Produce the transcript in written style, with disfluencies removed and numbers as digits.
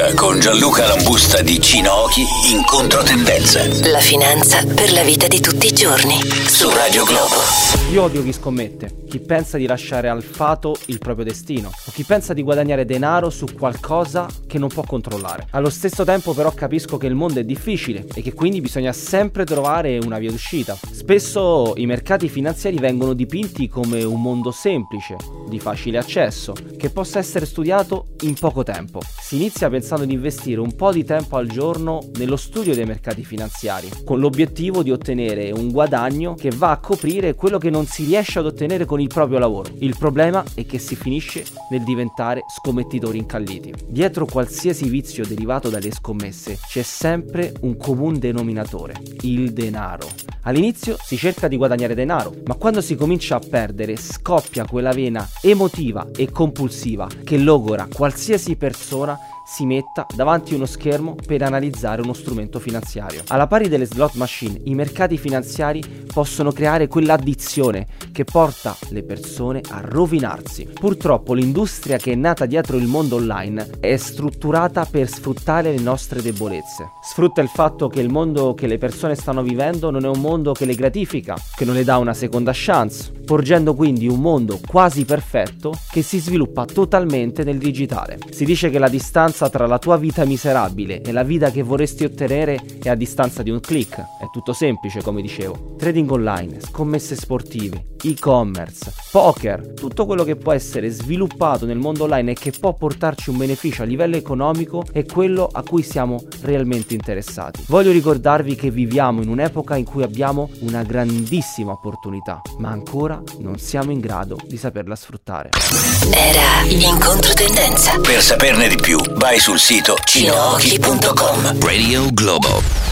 con Gianluca Lambusta di Cinochi in controtendenza. La finanza per la vita di tutti i giorni su Radio Globo. Io odio chi scommette, chi pensa di lasciare al fato il proprio destino, o chi pensa di guadagnare denaro su qualcosa che non può controllare. Allo stesso tempo però capisco che il mondo è difficile e che quindi bisogna sempre trovare una via d'uscita. Spesso i mercati finanziari vengono dipinti come un mondo semplice, di facile accesso, che possa essere studiato in poco tempo. Si inizia pensando di investire un po' di tempo al giorno nello studio dei mercati finanziari, con l'obiettivo di ottenere un guadagno che va a coprire quello che non si riesce ad ottenere con il proprio lavoro. Il problema è che si finisce nel diventare scommettitori incalliti. Dietro qualsiasi vizio derivato dalle scommesse c'è sempre un comune denominatore: il denaro. All'inizio si cerca di guadagnare denaro, ma quando si comincia a perdere scoppia quella vena emotiva e compulsiva che logora qualsiasi persona si metta davanti a uno schermo per analizzare uno strumento finanziario. Alla pari delle slot machine, i mercati finanziari possono creare quell'addizione che porta le persone a rovinarsi. Purtroppo l'industria che è nata dietro il mondo online è strutturata per sfruttare le nostre debolezze. Sfrutta il fatto che il mondo che le persone stanno vivendo non è un mondo che le gratifica, che non le dà una seconda chance, porgendo quindi un mondo quasi perfetto che si sviluppa totalmente nel digitale. Si dice che la distanza tra la tua vita miserabile e la vita che vorresti ottenere è a distanza di un click. È tutto semplice, come dicevo. Trading online, scommesse sportive, e-commerce, poker, tutto quello che può essere sviluppato nel mondo online e che può portarci un beneficio a livello economico è quello a cui siamo realmente interessati. Voglio ricordarvi che viviamo in un'epoca in cui abbiamo una grandissima opportunità, ma ancora non siamo in grado di saperla sfruttare. Era in controtendenza. Per saperne di più, vai sul sito cinochi.com. Radio Globo.